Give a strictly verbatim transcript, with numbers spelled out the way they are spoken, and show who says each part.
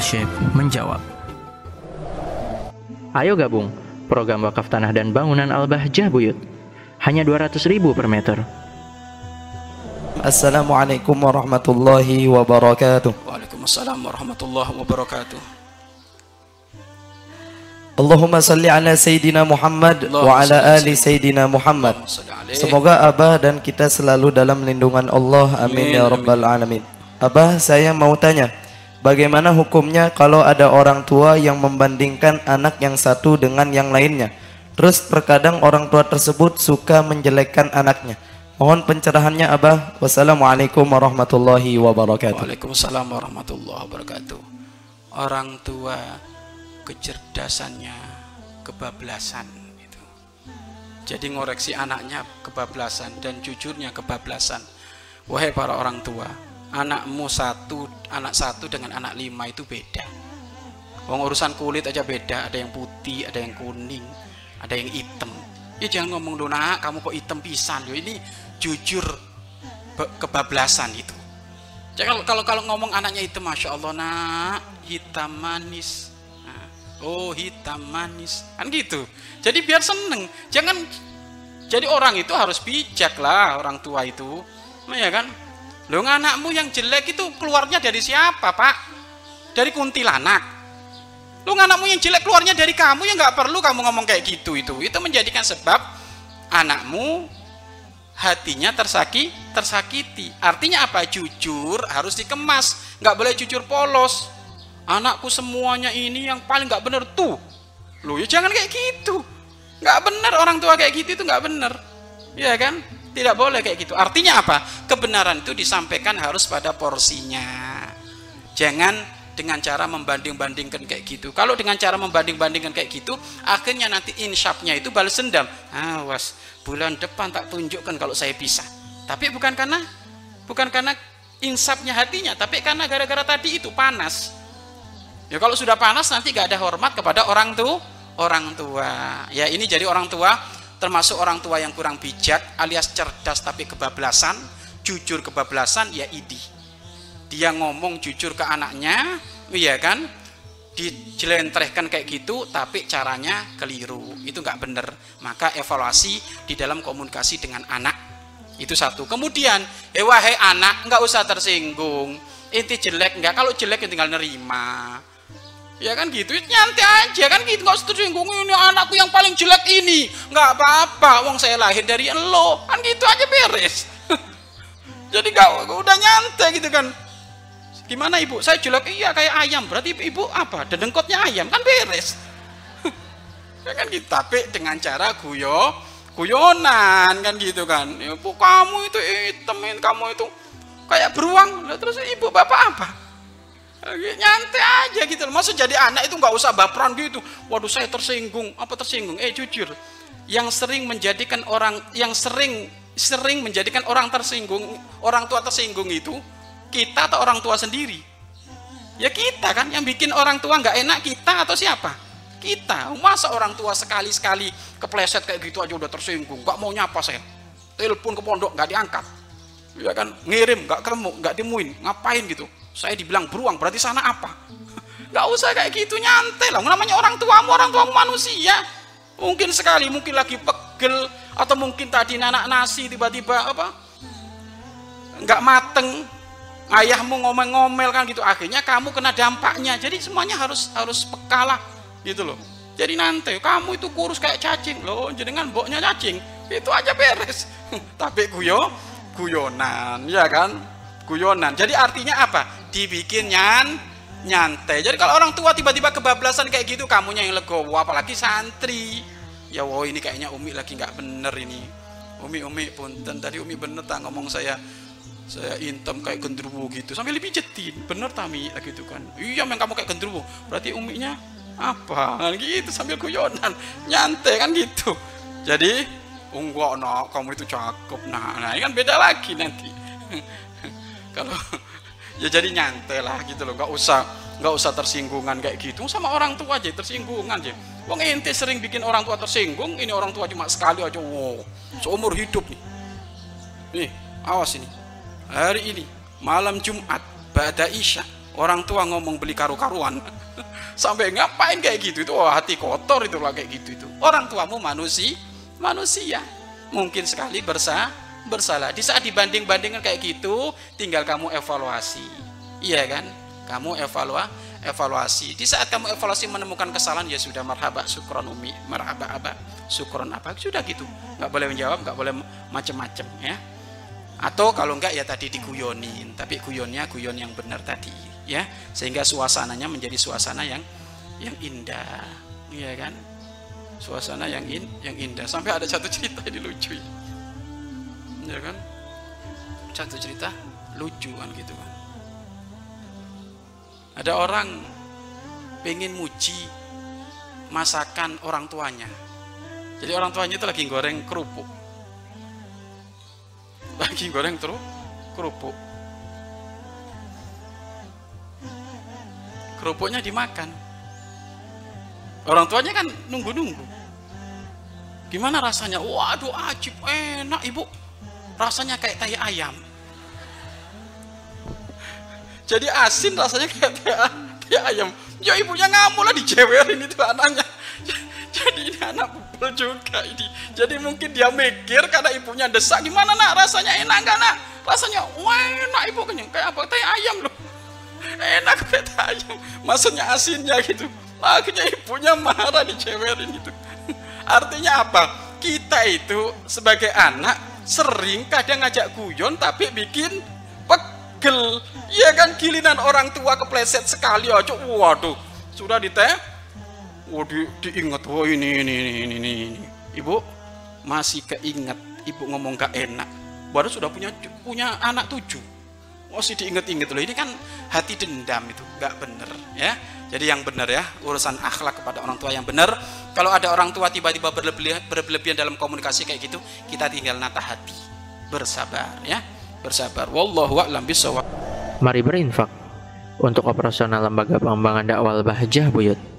Speaker 1: Syekh menjawab. Ayo gabung program wakaf tanah dan bangunan Al-Bahjah Buyut. Hanya dua ratus ribu per meter.
Speaker 2: Assalamualaikum warahmatullahi wabarakatuh.
Speaker 3: Waalaikumsalam warahmatullahi wabarakatuh.
Speaker 2: Allahumma salli ala Sayyidina Muhammad wa ala ali Sayyidina Muhammad. Semoga Abah dan kita selalu dalam lindungan Allah. Amin ya rabbal alamin. Abah, saya mau tanya, bagaimana hukumnya kalau ada orang tua yang membandingkan anak yang satu dengan yang lainnya? Terus terkadang orang tua tersebut suka menjelekkan anaknya. Mohon pencerahannya Abah. Wassalamualaikum warahmatullahi wabarakatuh.
Speaker 3: Waalaikumsalam warahmatullahi wabarakatuh. Orang tua kecerdasannya kebablasan itu. Jadi ngoreksi anaknya kebablasan dan jujurnya kebablasan. Wahai para orang tua, anakmu satu, anak satu dengan anak lima itu beda. Wong urusan kulit aja beda, ada yang putih, ada yang kuning, ada yang hitam. Ya jangan ngomong lu nak, kamu kok hitam pisan. Yo ini jujur kebablasan itu. Jadi kalau kalau kalau ngomong anaknya hitam, masya Allah nak, hitam manis. Oh hitam manis kan gitu. Jadi biar seneng. Jangan jadi orang itu harus bijak lah, orang tua itu. Nah ya kan. Loh anakmu yang jelek itu keluarnya dari siapa pak? Dari kuntilanak. Loh anakmu yang jelek keluarnya dari kamu, ya nggak perlu kamu ngomong kayak gitu. Itu itu menjadikan sebab anakmu hatinya tersaki, tersakiti. Artinya apa? Jujur harus dikemas, nggak boleh jujur polos. Anakku semuanya ini yang paling nggak bener tuh. Loh ya jangan kayak gitu. Nggak bener orang tua kayak gitu, itu nggak bener. Ya kan? Tidak boleh kayak gitu. Artinya apa? Kebenaran itu disampaikan harus pada porsinya. Jangan dengan cara membanding-bandingkan kayak gitu. Kalau dengan cara membanding-bandingkan kayak gitu, akhirnya nanti insyafnya itu balas dendam. Awas, bulan depan tak tunjukkan kalau saya bisa. Tapi bukan karena bukan karena insafnya hatinya, tapi karena gara-gara tadi itu panas. Ya kalau sudah panas nanti gak ada hormat kepada orang tua, orang tua. Ya ini jadi orang tua, termasuk orang tua yang kurang bijak alias cerdas tapi kebablasan, jujur kebablasan, ya idi. Dia ngomong jujur ke anaknya, iya kan? Dijelentrehkan kayak gitu tapi caranya keliru. Itu nggak bener. Maka evaluasi di dalam komunikasi dengan anak. Itu satu. Kemudian, eh wahai anak, nggak usah tersinggung. Inti jelek enggak? Kalau jelek ya tinggal nerima. Ya kan gitu, nyantai aja kan gitu, nggak usah tersinggung. Ini anakku yang paling jelek ini, nggak apa-apa, wong saya lahir dari elo, kan gitu aja beres. Jadi nggak, udah nyantai gitu kan. Gimana ibu? Saya jelek, iya kayak ayam, berarti ibu apa? Dedengkotnya ayam, kan beres. Ya kan gitu, tapi dengan cara guyo, guyonan kan gitu kan. Ibu kamu itu hitam, kamu itu kayak beruang, terus ibu bapak apa? Nyantai aja gitu loh. Maksud jadi anak itu nggak usah baperan gitu. Waduh saya tersinggung, apa tersinggung? Eh jujur, yang sering menjadikan orang, yang sering sering menjadikan orang tersinggung, orang tua tersinggung itu kita atau orang tua sendiri? Ya kita kan, yang bikin orang tua nggak enak kita atau siapa? Kita. Masa orang tua sekali-sekali kepleset kayak gitu aja udah tersinggung, nggak mau nyapa saya, telepon ke pondok nggak diangkat, ya kan, ngirim nggak keremuk, nggak timuin, ngapain gitu? Saya dibilang beruang, berarti sana apa? Gak usah kayak gitu, nyantai lah. Namanya orang tuamu, orang tuamu manusia. Mungkin sekali, mungkin lagi pegel, atau mungkin tadi anak nasi tiba-tiba apa? Nggak mateng, ayahmu ngomel-ngomel kan gitu. Akhirnya kamu kena dampaknya. Jadi semuanya harus harus peka lah, gitu loh. Jadi nanti kamu itu kurus kayak cacing, loh. Jenengan boknya cacing, itu aja beres. Tapi guyo, guyonan, ya kan? Guyonan. Jadi artinya apa? Dibikin nyan, nyantai. Jadi kalau orang tua tiba-tiba kebablasan kayak gitu, kamunya yang legowo, apalagi santri. Ya wow, ini kayaknya Umi lagi nggak bener ini. Umi, Umi punten, tadi Umi bener tak ngomong saya, saya intem kayak gendruwo gitu. Sambil dipijetin, bener tami gitu kan. Iya, memang kamu kayak gendruwo. Berarti Uminya apa? Nah, gitu sambil guyonan, nyantai kan gitu. Jadi, enggak nak, kamu itu cakep. Nah, nah ini kan beda lagi nanti. Kalau ya jadi nyantai lah gitu loh, nggak usah nggak usah tersinggungan kayak gitu sama orang tua aja, tersinggungan aja. Wong ente sering bikin orang tua tersinggung, ini orang tua cuma sekali aja, wow, seumur hidup nih. Nih, awas ini. Hari ini malam Jumat, ba'da Isya, Orang tua ngomong beli karu-karuan sampai ngapain kayak gitu itu, oh, hati kotor itu lah kayak gitu itu. Orang tuamu manusia, manusia mungkin sekali bersa bersalah. Di saat dibanding-bandingkan kayak gitu, tinggal kamu evaluasi, iya kan? Kamu evalua evaluasi. Di saat kamu evaluasi menemukan kesalahan, ya sudah, marhaba syukron umi, marhaba aba syukron apa, sudah gitu. Nggak boleh menjawab, nggak boleh macem-macem ya. Atau kalau enggak ya tadi diguyonin, tapi guyonnya guyon yang benar tadi ya, sehingga suasananya menjadi suasana yang yang indah, iya kan? Suasana yang in, yang indah. Sampai ada satu cerita ini lucu ya, ya kan? Satu cerita lucu kan gitu kan. Ada orang pengen muji masakan orang tuanya. Jadi orang tuanya itu lagi goreng kerupuk, lagi goreng terus kerupuk. Kerupuknya dimakan. Orang tuanya kan nunggu-nunggu. Gimana rasanya? Waduh, ajib, enak ibu. Rasanya kayak tai ayam. Jadi asin rasanya kayak tai, tai ayam. Ya ibunya ngamuk lah, dijewerin itu anaknya. Jadi ini anak bubul juga ini. Jadi mungkin dia mikir karena ibunya desak, gimana nak rasanya, enak enggak nak? Rasanya wah enak ibu, kenyang kayak apa? Tai ayam loh. Enak kayak tai ayam. Maksudnya asinnya gitu. Akhirnya ibunya marah, dicewerin itu. Artinya apa? Kita itu sebagai anak sering kadang ngajak guyon tapi bikin pegel. Iya kan, giliran orang tua kepleset sekali aja, waduh, sudah diteh. Oh, di, diingat, oh ini, ini, ini, ini, ini. Ibu masih keinget, ibu ngomong gak enak. Baru sudah punya punya anak tujuh. Masih diinget-inget loh. Ini kan hati dendam itu, gak bener ya. Jadi yang benar ya, urusan akhlak kepada orang tua yang benar. Kalau ada orang tua tiba-tiba berlebihan, berlebihan dalam komunikasi kayak gitu, kita tinggal nata hati, bersabar ya, bersabar. Wallahu a'lam bishawab.
Speaker 1: Mari berinfak untuk operasional lembaga pengembangan dakwah Al-Bahjah Buyut.